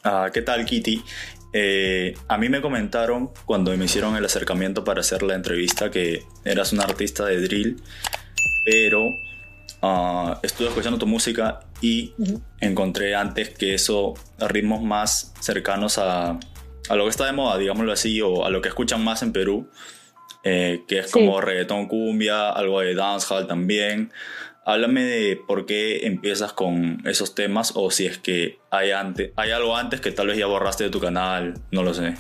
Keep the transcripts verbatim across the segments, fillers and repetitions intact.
Ah, ¿qué tal, Kitty? Eh, a mí me comentaron cuando me hicieron el acercamiento para hacer la entrevista que eras un artista de drill, pero ah, estuve escuchando tu música y Ujú. encontré antes que eso ritmos más cercanos a, a lo que está de moda, digámoslo así, o a lo que escuchan más en Perú, eh, que es como Sí, reggaetón, cumbia, algo de dancehall también. Háblame de por qué empiezas con esos temas o si es que hay, ante- hay algo antes que tal vez ya borraste de tu canal, no lo sé.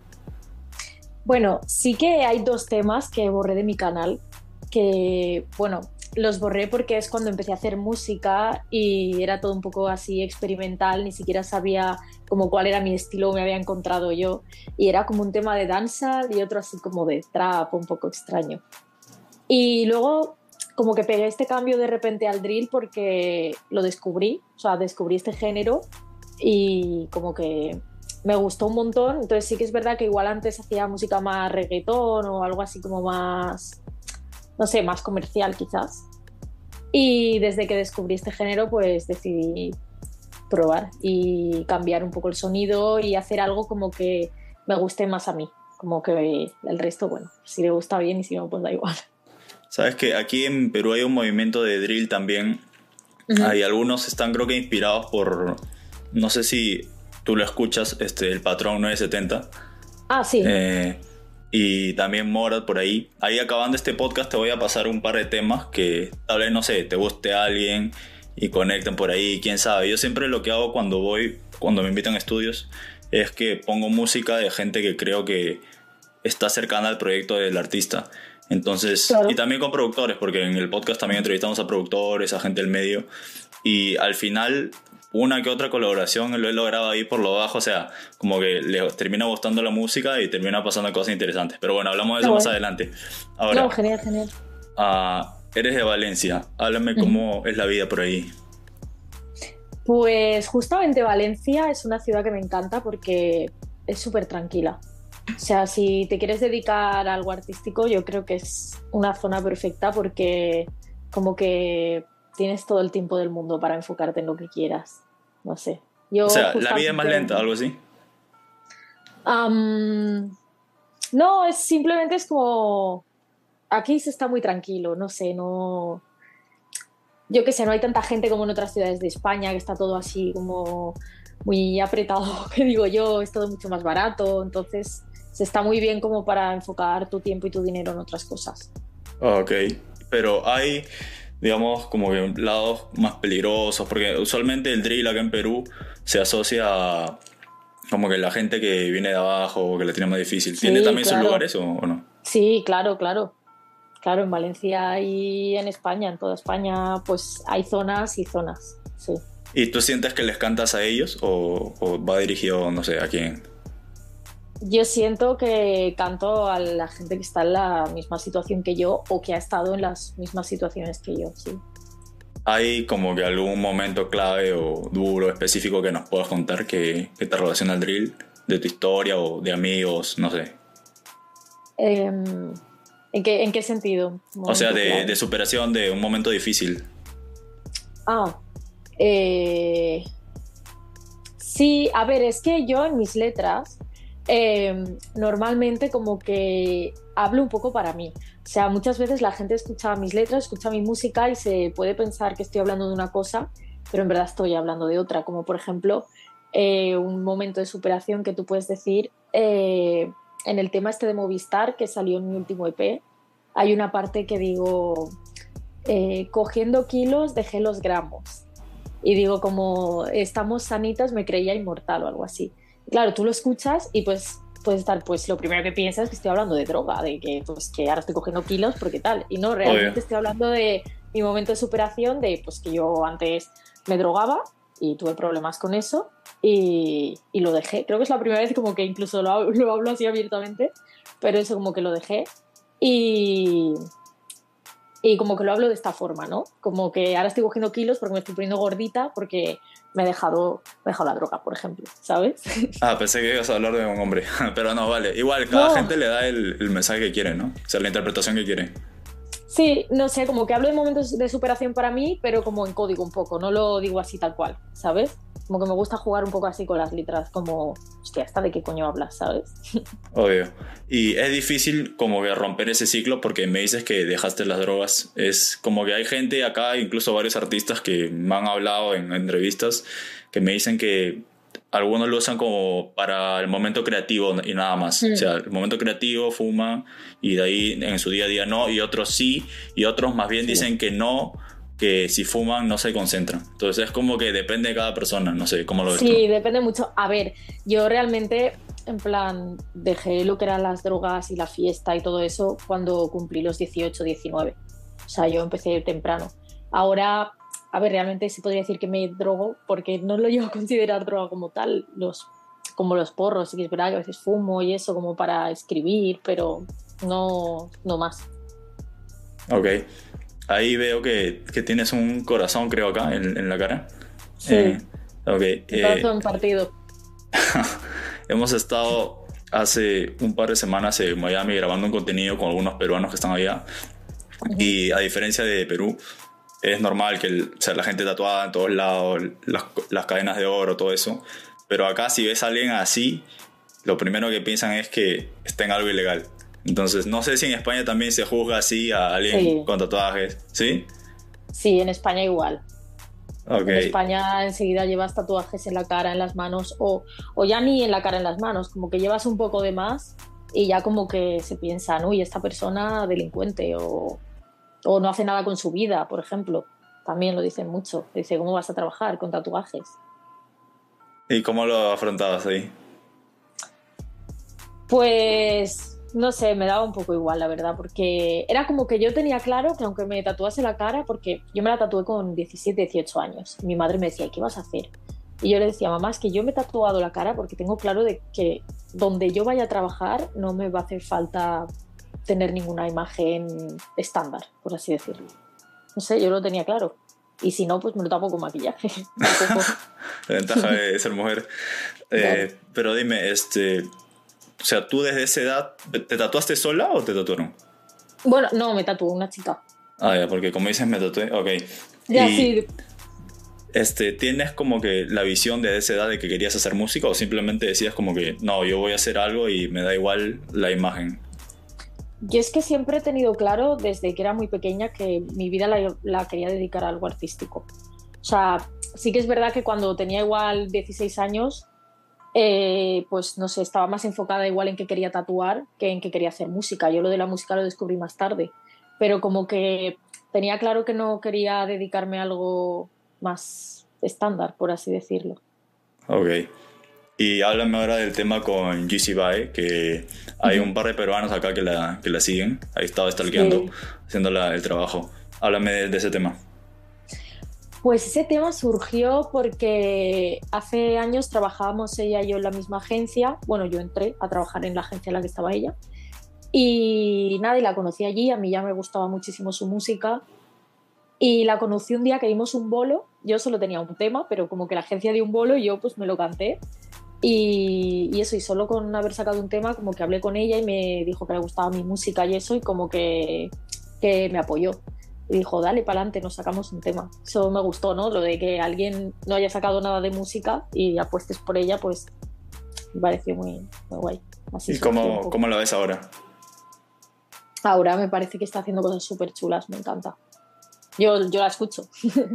bueno, sí que hay dos temas que borré de mi canal, que, bueno, los borré porque es cuando empecé a hacer música y era todo un poco así experimental, ni siquiera sabía como cuál era mi estilo, me había encontrado yo, y era como un tema de danza y otro así como de trap, un poco extraño. Y luego como que pegué este cambio de repente al drill porque lo descubrí, o sea, descubrí este género y como que me gustó un montón. Entonces sí que es verdad que igual antes hacía música más reggaetón o algo así como más, no sé, más comercial quizás. Y desde que descubrí este género pues decidí probar y cambiar un poco el sonido y hacer algo como que me guste más a mí. Como que el resto, bueno, si le gusta bien y si no, pues da igual. Sabes que aquí en Perú hay un movimiento de drill también. Ujú. Hay algunos están creo que inspirados por, no sé si tú lo escuchas, este, el Patrón nueve setenta. Ah, sí. Eh, y también Morat por ahí. Ahí acabando este podcast te voy a pasar un par de temas que tal vez, no sé, te guste a alguien y conecten por ahí, quién sabe. Yo siempre lo que hago cuando voy, cuando me invitan a estudios, es que pongo música de gente que creo que está cercana al proyecto del artista. Entonces, y Claro. también con productores, porque en el podcast también entrevistamos a productores, a gente del medio, y al final una que otra colaboración lo he logrado ahí por lo bajo, o sea, como que les termina gustando la música y termina pasando cosas interesantes. Pero bueno, hablamos de Qué eso más guay. adelante. No, Ahora, genial, genial. uh, eres de Valencia, háblame Ujú. cómo es la vida por ahí. Pues justamente Valencia es una ciudad que me encanta porque es súper tranquila. O sea, si te quieres dedicar a algo artístico, yo creo que es una zona perfecta porque como que tienes todo el tiempo del mundo para enfocarte en lo que quieras. No sé. O Yo sea, la vida es más justamente... lenta, algo así. am, no, es simplemente es como... Aquí se está muy tranquilo, no sé, no... Yo qué sé, no hay tanta gente como en otras ciudades de España, que está todo así como muy apretado, que digo yo, es todo mucho más barato, entonces se está muy bien como para enfocar tu tiempo y tu dinero en otras cosas. Ok, pero hay, digamos, como que lados más peligrosos, porque usualmente el drill acá en Perú se asocia a como que la gente que viene de abajo o que la tiene más difícil. ¿Tiene Sí, también sus claro, lugares o, o no? sí, claro, claro. Claro, en Valencia y en España, en toda España, pues hay zonas y zonas, sí. ¿Y tú sientes que les cantas a ellos o, o va dirigido, no sé, a quién? Yo siento que canto a la gente que está en la misma situación que yo o que ha estado en las mismas situaciones que yo, sí. ¿Hay como que algún momento clave o duro, específico que nos puedas contar que, que te relaciona al drill? De tu historia o de amigos, no sé. Eh, ¿en qué, en qué sentido? Un O sea, momento de, de clave. superación de un momento difícil. Ah, eh, sí, a ver, es que yo en mis letras eh, normalmente como que hablo un poco para mí. O sea, muchas veces la gente escucha mis letras, escucha mi música y se puede pensar que estoy hablando de una cosa, pero en verdad estoy hablando de otra. Como por ejemplo, eh, un momento de superación que tú puedes decir eh, en el tema este de Movistar que salió en mi último E P. Hay una parte que digo, eh, cogiendo kilos dejé los gramos. Y digo, como estamos sanitas, me creía inmortal o algo así. Claro, tú lo escuchas y pues puedes estar, pues lo primero que piensas es que estoy hablando de droga, de que, pues, que ahora estoy cogiendo kilos porque tal. Y no, Obvio. realmente estoy hablando de mi momento de superación, de pues que yo antes me drogaba y tuve problemas con eso y, y lo dejé. Creo que es la primera vez como que incluso lo, hablo- lo hablo así abiertamente, pero eso como que lo dejé. Y, y como que lo hablo de esta forma, ¿no? Como que ahora estoy cogiendo kilos porque me estoy poniendo gordita porque me he dejado, me he dejado la droga, por ejemplo, ¿sabes? Ah, pensé que ibas a hablar de un hombre. Pero no, vale. Igual, cada No, gente le da el, el mensaje que quiere, ¿no? O sea, la interpretación que quiere. Sí, no sé, como que hablo de momentos de superación para mí, pero como en código un poco, no lo digo así tal cual, ¿sabes? Como que me gusta jugar un poco así con las letras, como, hostia, ¿esta de qué coño hablas, sabes? Obvio. Y es difícil como que romper ese ciclo porque me dices que dejaste las drogas. Es como que hay gente acá, incluso varios artistas que me han hablado en entrevistas, que me dicen que algunos lo usan como para el momento creativo y nada más. O Mm. sea, el momento creativo fuman y de ahí en su día a día no, y otros sí, y otros más bien Sí. dicen que no, que si fuman no se concentran. Entonces es como que depende de cada persona, no sé, ¿cómo lo ves tú? Sí, depende mucho. A ver, yo realmente, en plan, dejé lo que eran las drogas y la fiesta y todo eso cuando cumplí los dieciocho, diecinueve. O sea, yo empecé temprano. Ahora, a ver, realmente se podría decir que me drogo porque no lo llevo a considerar droga como tal, los, como los porros. Sí que es verdad que a veces fumo y eso como para escribir, pero no, no más. Ok. Ahí veo que, que tienes un corazón, creo, acá en, en la cara. Sí, Eh, ok. me paso Eh, en partido. hemos estado hace un par de semanas en Miami grabando un contenido con algunos peruanos que están allá. Ujú. Y a diferencia de Perú, es normal que el- o sea, la gente tatuada en todos lados, las, las cadenas de oro, todo eso. Pero acá si ves a alguien así, lo primero que piensan es que está en algo ilegal. Entonces, no sé si en España también se juzga así a alguien Sí, con tatuajes, ¿sí? sí, en España igual. Ok. En España enseguida llevas tatuajes en la cara, en las manos, o, o ya ni en la cara, en las manos, como que llevas un poco de más y ya como que se piensan, uy, esta persona delincuente o, o no hace nada con su vida, por ejemplo. También lo dicen mucho. Dice, ¿cómo vas a trabajar con tatuajes? ¿Y cómo lo afrontabas ahí? Pues no sé, me daba un poco igual, la verdad, porque era como que yo tenía claro que aunque me tatuase la cara, porque yo me la tatué con diecisiete, dieciocho años, mi madre me decía, ¿qué vas a hacer? Y yo le decía, mamá, es que yo me he tatuado la cara porque tengo claro de que donde yo vaya a trabajar no me va a hacer falta tener ninguna imagen estándar, por así decirlo. No sé, yo lo tenía claro. Y si no, pues me lo tapo con maquillaje. Tampoco, La ventaja de ser mujer. claro. Eh, pero dime, este, o sea, ¿tú desde esa edad te tatuaste sola o te tatuaron? Bueno, no, me tatuó una chica. Ah, ya, porque como dices me tatué, ok. Ya, Y sí. este, ¿tienes como que la visión de esa edad de que querías hacer música o simplemente decías como que no, yo voy a hacer algo y me da igual la imagen? Yo es que siempre he tenido claro desde que era muy pequeña que mi vida la, la quería dedicar a algo artístico. O sea, sí que es verdad que cuando tenía igual dieciséis años, eh, pues no sé, estaba más enfocada igual en que quería tatuar que en que quería hacer música. Yo lo de la música lo descubrí más tarde, pero como que tenía claro que no quería dedicarme a algo más estándar, por así decirlo. Ok. Y háblame ahora del tema con G C Bae, que hay un par de peruanos acá que la, que la siguen. Ahí estaba stalkeando, Sí. haciendo la- el trabajo. Háblame de, de ese tema. Pues ese tema surgió porque hace años trabajábamos ella y yo en la misma agencia. Bueno, yo entré a trabajar en la agencia en la que estaba ella. Y nada, y la conocí allí. A mí ya me gustaba muchísimo su música. Y la conocí un día que dimos un bolo. Yo solo tenía un tema, pero como que la agencia dio un bolo y yo pues me lo canté. Y, y eso, y solo con haber sacado un tema, como que hablé con ella y me dijo que le gustaba mi música y eso, y como que, que me apoyó. Y dijo, dale para adelante, nos sacamos un tema. Eso me gustó, ¿no? Lo de que alguien no haya sacado nada de música y apuestes por ella, pues me pareció muy, muy guay. Así ¿Y surgió un cómo, poco. cómo la ves ahora? Ahora me parece que está haciendo cosas súper chulas, me encanta. Yo, yo la escucho.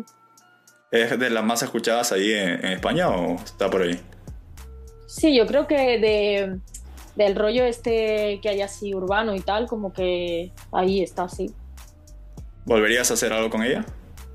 ¿Es de las más escuchadas ahí en, en España o está por ahí? Sí, yo creo que de, del rollo este que hay así urbano y tal, como que ahí está, sí. ¿Volverías a hacer algo con ella?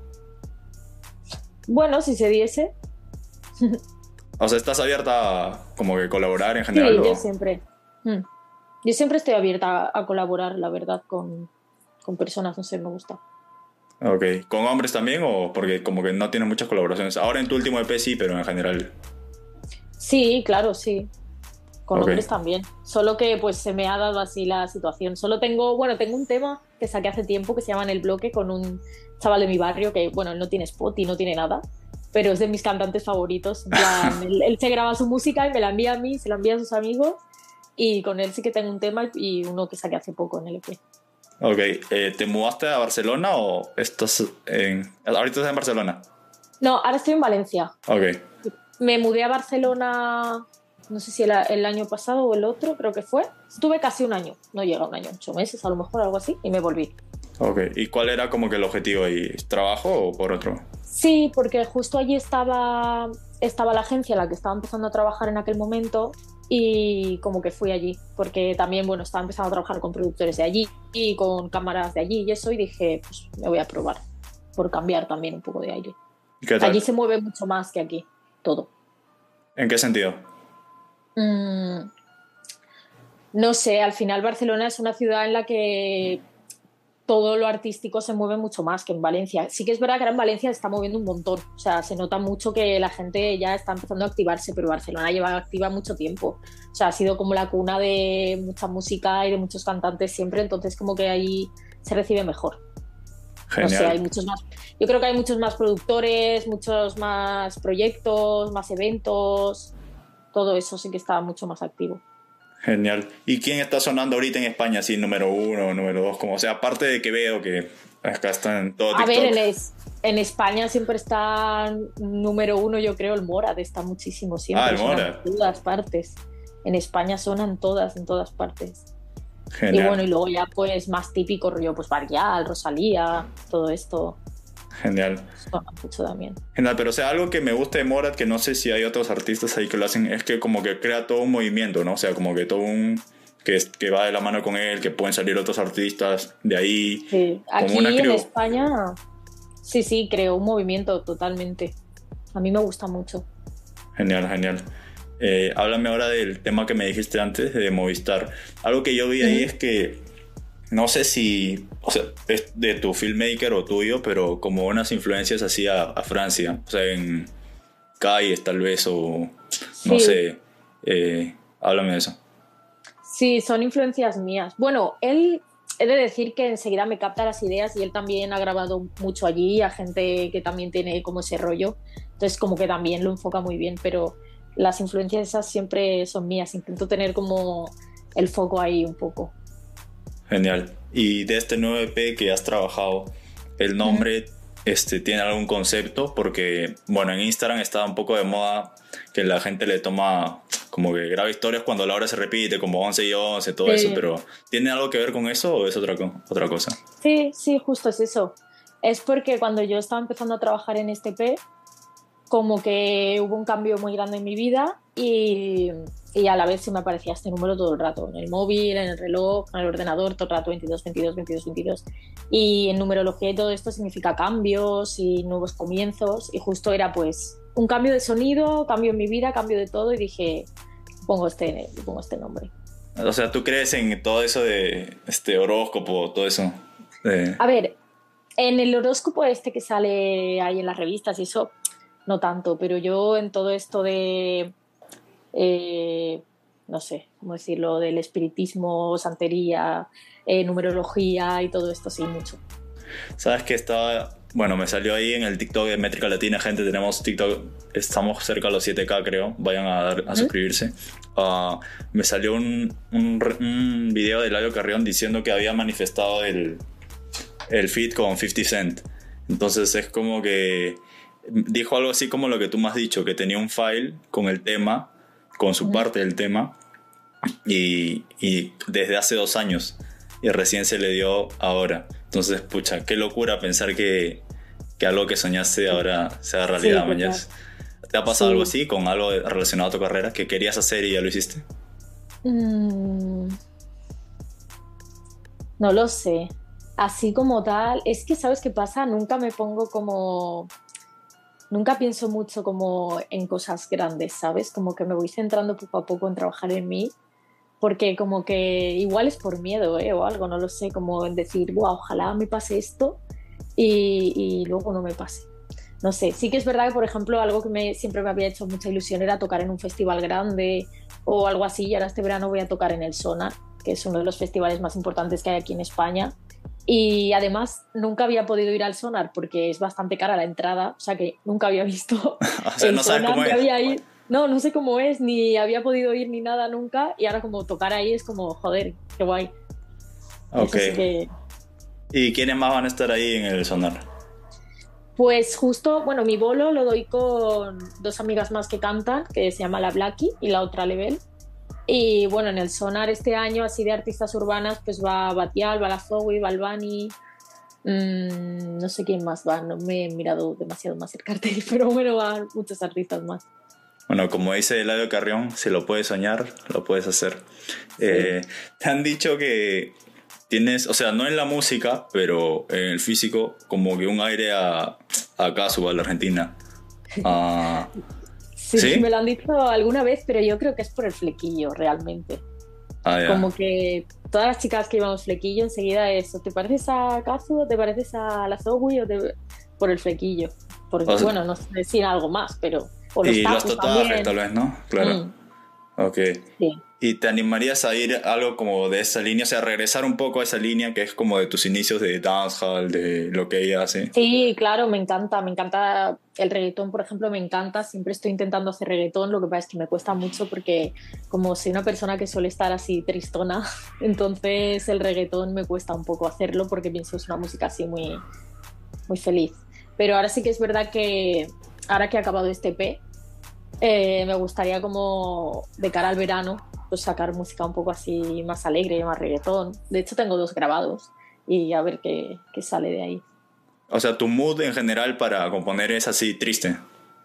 Bueno, si se diese. O sea, ¿estás abierta a como que colaborar en general Sí, yo o...? siempre. Mm. Yo siempre estoy abierta a, a colaborar, la verdad, con, con personas, no sé, me gusta. Ok. ¿Con hombres también o porque como que no tienes muchas colaboraciones? Ahora en tu último E P sí, pero en general... Sí, claro, sí. Con Ok. hombres también. Solo que pues se me ha dado así la situación. Solo tengo, bueno, tengo un tema que saqué hace tiempo que se llama En el bloque con un chaval de mi barrio que, bueno, él no tiene spot y no tiene nada, pero es de mis cantantes favoritos. En plan, él, él se graba su música y me la envía a mí, se la envía a sus amigos y con él sí que tengo un tema y uno que saqué hace poco en el E P. Ok, eh, ¿te mudaste a Barcelona o estás en... Ahorita estás en Barcelona? No, ahora estoy en Valencia. Ok. Me mudé a Barcelona, no sé si el, el año pasado o el otro, creo que fue. Estuve casi un año, no llega un año, ocho meses a lo mejor, algo así, y me volví. Ok, ¿y cuál era como que el objetivo ahí? ¿Trabajo o por otro? Sí, porque justo allí estaba, estaba la agencia en la que estaba empezando a trabajar en aquel momento y como que fui allí, porque también, bueno, estaba empezando a trabajar con productores de allí y con cámaras de allí y eso, y dije, pues me voy a probar, por cambiar también un poco de aire. ¿Qué Allí tal? se mueve mucho más que aquí, todo. ¿En qué sentido? Mm, no sé, al final Barcelona es una ciudad en la que todo lo artístico se mueve mucho más que en Valencia. Sí que es verdad que ahora en Valencia se está moviendo un montón. O sea, se nota mucho que la gente ya está empezando a activarse, pero Barcelona lleva activa mucho tiempo. O sea, ha sido como la cuna de mucha música y de muchos cantantes siempre, entonces como que ahí se recibe mejor. No sé, Genial, hay muchos más. Yo creo que hay muchos más productores, muchos más proyectos, más eventos. Todo eso sí que está mucho más activo. genial. ¿Y quién está sonando ahorita en España, así número uno o número dos? Como, o sea, aparte de que veo que acá está en todo A ver, TikTok. en, es, en España siempre está número uno, yo creo, el Morad, está muchísimo, Ah, el siempre, suena Mora. en todas partes. En España suenan todas, en todas partes. Y Genial, bueno, y luego ya pues más típico rollo, pues Barrial, Rosalía, todo esto genial. suena mucho también. Genial, pero o sea, algo que me gusta de Morat, que no sé si hay otros artistas ahí que lo hacen, es que como que crea todo un movimiento, ¿no? O sea, como que todo un... que, es- que va de la mano con él, que pueden salir otros artistas de ahí, Sí. como una Aquí en crew. España, sí, sí, creo un movimiento totalmente. A mí me gusta mucho. Genial, genial. Eh, háblame ahora del tema que me dijiste antes de Movistar. Algo que yo vi ahí Ujú. es que no sé si, o sea, es de tu filmmaker o tuyo, pero como unas influencias así a, a Francia, o sea, en calles tal vez o no Sí, sé, eh, háblame de eso. sí, son influencias mías. Bueno, él, he de decir que enseguida me capta las ideas y él también ha grabado mucho allí, a gente que también tiene como ese rollo. Entonces, como que también lo enfoca muy bien, pero las influencias esas siempre son mías. Intento tener como el foco ahí un poco. Genial. Y de este nuevo E P que has trabajado, el Ujú. nombre este, tiene algún concepto, porque, bueno, en Instagram está un poco de moda que la gente le toma como que graba historias cuando la hora se repite, como once y once, todo eso, Sí, pero ¿tiene algo que ver con eso o es otra, co- otra cosa? sí, sí, justo es eso. Es porque cuando yo estaba empezando a trabajar en este P, como que hubo un cambio muy grande en mi vida y, y a la vez se me aparecía este número todo el rato, en el móvil, en el reloj, en el ordenador, todo el rato veintidós, veintidós, veintidós, veintidós. Y en numerología y todo esto significa cambios y nuevos comienzos y justo era pues un cambio de sonido, cambio en mi vida, cambio de todo y dije, pongo este, pongo este nombre. O sea, ¿tú crees en todo eso de este horóscopo, todo eso? De- A ver, en el horóscopo este que sale ahí en las revistas y eso, no tanto, pero yo en todo esto de eh, no sé, cómo decirlo, del espiritismo, santería, eh, numerología y todo esto, sí, mucho. ¿Sabes que estaba... Bueno, me salió ahí en el TikTok de Métrica Latina, gente, tenemos TikTok, estamos cerca de los siete K creo, vayan a, dar, a ¿Mm? suscribirse. Uh, me salió un, un, un video de Eladio Carrión diciendo que había manifestado el, el feat con fifty Cent. Entonces es como que dijo algo así como lo que tú me has dicho, que tenía un file con el tema, con su ¿Mm? parte del tema, y, y desde hace dos años, y recién se le dio ahora. Entonces, pucha, qué locura pensar que, que algo que soñaste ahora sea Sí, realidad, total. mañas. ¿Te ha pasado algo Sí. así con algo relacionado a tu carrera que querías hacer y ya lo hiciste? Mm, no lo sé. Así como tal, es que, ¿sabes qué pasa? Nunca me pongo como... Nunca pienso mucho como en cosas grandes, ¿sabes? Como que me voy centrando poco a poco en trabajar en mí, porque como que igual es por miedo, ¿eh? O algo, no lo sé, como en decir, wow, ojalá me pase esto y, y luego no me pase. No sé, sí que es verdad que, por ejemplo, algo que me, siempre me había hecho mucha ilusión era tocar en un festival grande o algo así, y ahora este verano voy a tocar en el Sonar, que es uno de los festivales más importantes que hay aquí en España. Y además nunca había podido ir al Sonar porque es bastante cara la entrada, o sea que nunca había visto O sea, el no sabes Sonar, cómo ni es. había ido, no, no sé cómo es, ni había podido ir ni nada nunca, y ahora como tocar ahí es como, joder, qué guay. Ok. Eso sí que... ¿Y quiénes más van a estar ahí en el Sonar? Pues justo, bueno, mi bolo lo doy con dos amigas más que cantan, que se llama la Blacky y la otra Level. Y bueno, en el Sonar este año, así de artistas urbanas, pues va Batial, va la Zoe, va Albani, mmm, no sé quién más va, no me he mirado demasiado más el cartel, pero bueno, van muchos artistas más. Bueno, como dice Eladio Carrión, si lo puedes soñar, lo puedes hacer. Sí. Eh, te han dicho que tienes, o sea, no en la música, pero en el físico, como que un aire a, a Kazu, a la Argentina. Uh, sí, ¿sí? Me lo han dicho alguna vez, pero yo creo que es por el flequillo, realmente. Ah, yeah. Como que todas las chicas que llevamos flequillo, enseguida eso, ¿te pareces a Kazu o te pareces a la Zoe o te... por el flequillo? Porque, o sea, bueno, no sé si algo más, pero... O los y los tatuajes tal vez, ¿no? Claro. Mm. Ok. Sí. ¿Y te animarías a ir algo como de esa línea? O sea, regresar un poco a esa línea que es como de tus inicios de dancehall, de lo que ella hace. Sí, claro, me encanta. Me encanta el reggaetón, por ejemplo, me encanta. Siempre estoy intentando hacer reggaetón. Lo que pasa es que me cuesta mucho porque como soy una persona que suele estar así tristona, entonces el reggaetón me cuesta un poco hacerlo porque pienso que es una música así muy, muy feliz. Pero ahora sí que es verdad que ahora que he acabado este E P, eh, me gustaría como de cara al verano pues sacar música un poco así más alegre, más reggaetón. De hecho tengo dos grabados y a ver qué, qué sale de ahí. O sea, tu mood en general para componer es así triste.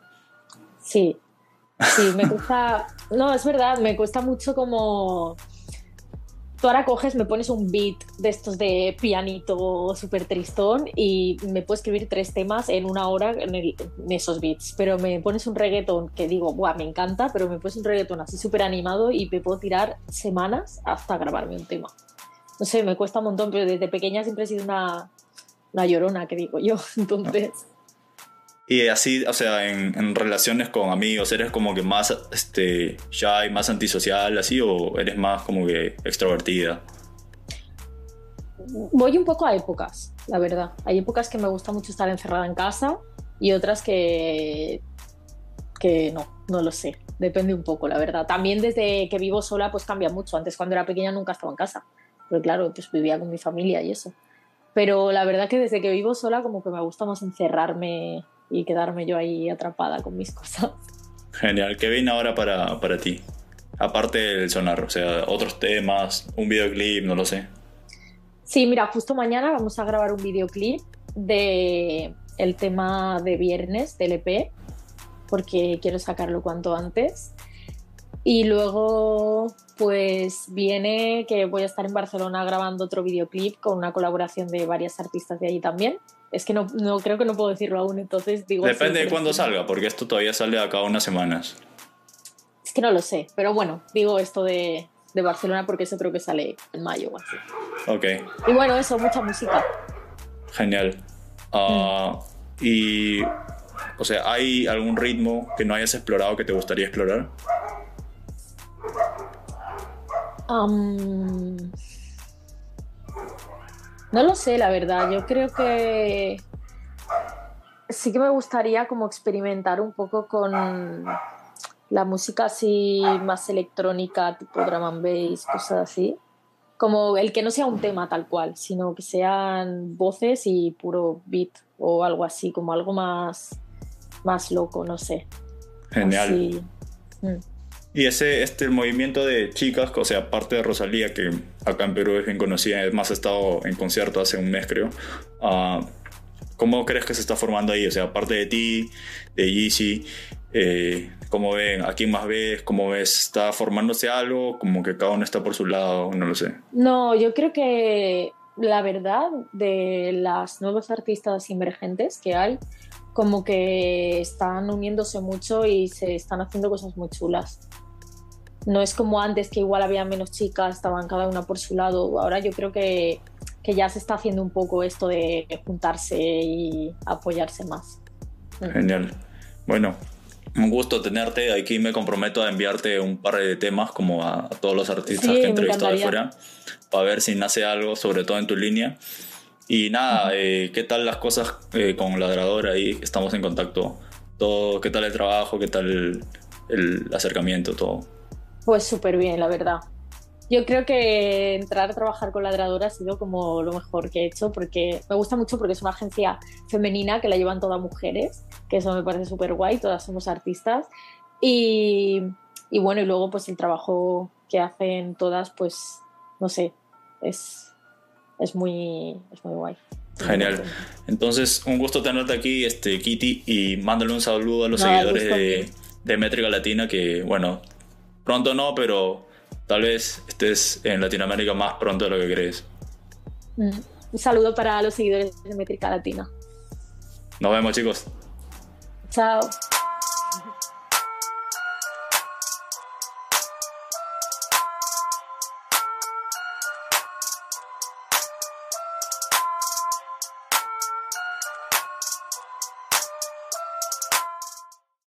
Sí, sí, me cuesta... No, es verdad, me cuesta mucho como... Tú ahora coges, me pones un beat de estos de pianito súper tristón y me puedo escribir tres temas en una hora en, el, en esos beats, pero me pones un reggaetón que digo, buah, me encanta, pero me pones un reggaetón así súper animado y me puedo tirar semanas hasta grabarme un tema. No sé, me cuesta un montón, pero desde pequeña siempre he sido una, una llorona, que digo yo, entonces... Y así, o sea, en, en relaciones con amigos, ¿eres como que más este, shy, más antisocial, así, o eres más como que extrovertida? Voy un poco a épocas, la verdad. Hay épocas que me gusta mucho estar encerrada en casa y otras que, que no, no lo sé. Depende un poco, la verdad. También desde que vivo sola, pues cambia mucho. Antes, cuando era pequeña, nunca estaba en casa. Pero claro, pues vivía con mi familia y eso. Pero la verdad que desde que vivo sola, como que me gusta más encerrarme y quedarme yo ahí atrapada con mis cosas. Genial. ¿Qué viene ahora para, para ti? Aparte del Sonar, o sea, otros temas, un videoclip, no lo sé. Sí, mira, justo mañana vamos a grabar un videoclip de el tema de Viernes del E P, porque quiero sacarlo cuanto antes. Y luego, pues viene que voy a estar en Barcelona grabando otro videoclip con una colaboración de varias artistas de allí también. Es que no, no creo que no puedo decirlo aún, entonces digo... Depende de cuándo salga, porque esto todavía sale a cada unas semanas. Es que no lo sé, pero bueno, digo esto de, de Barcelona porque eso creo que sale en mayo o así. Ok. Y bueno, eso, mucha música. Genial. Uh, mm. Y, o sea, ¿hay algún ritmo que no hayas explorado que te gustaría explorar? Um... No lo sé, la verdad. Yo creo que sí que me gustaría como experimentar un poco con la música así más electrónica, tipo drum and bass, cosas así. Como el que no sea un tema tal cual, sino que sean voces y puro beat o algo así, como algo más, más loco, no sé. Genial. Así. Mm. Y ese este el movimiento de chicas, o sea, aparte de Rosalía, que acá en Perú es bien conocida, es más, ha estado en concierto hace un mes, creo. Uh, ¿Cómo crees que se está formando ahí? O sea, aparte de ti, de Yeezy, eh, ¿cómo ven? ¿A quién más ves? ¿Cómo ves? ¿Está formándose algo? Como que cada uno está por su lado, no lo sé. No, yo creo que la verdad de las nuevas artistas emergentes que hay, como que están uniéndose mucho y se están haciendo cosas muy chulas. No es como antes, que igual había menos chicas, estaban cada una por su lado. Ahora yo creo que, que ya se está haciendo un poco esto de juntarse y apoyarse más. Genial. Bueno, un gusto tenerte. Aquí me comprometo a enviarte un par de temas como a, a todos los artistas sí, que he entrevistado de fuera, para ver si nace algo, sobre todo en tu línea. Y nada, uh-huh. eh, ¿qué tal las cosas eh, con Ladrador? Ahí estamos en contacto. Todo, ¿qué tal el trabajo? ¿Qué tal el, el acercamiento? Todo. Pues súper bien, la verdad. Yo creo que entrar a trabajar con Ladradora ha sido como lo mejor que he hecho, porque me gusta mucho porque es una agencia femenina que la llevan todas mujeres, que eso me parece súper guay, todas somos artistas. Y, y bueno, y luego pues el trabajo que hacen todas, pues no sé, es, es, muy, es muy guay. Genial. Entonces, un gusto tenerte aquí, este, Kitty, y mándale un saludo a los No, seguidores de, de Métrica Latina, que bueno, pronto no, pero tal vez estés en Latinoamérica más pronto de lo que crees. Un saludo para los seguidores de Métrica Latina. Nos vemos, chicos. Chao.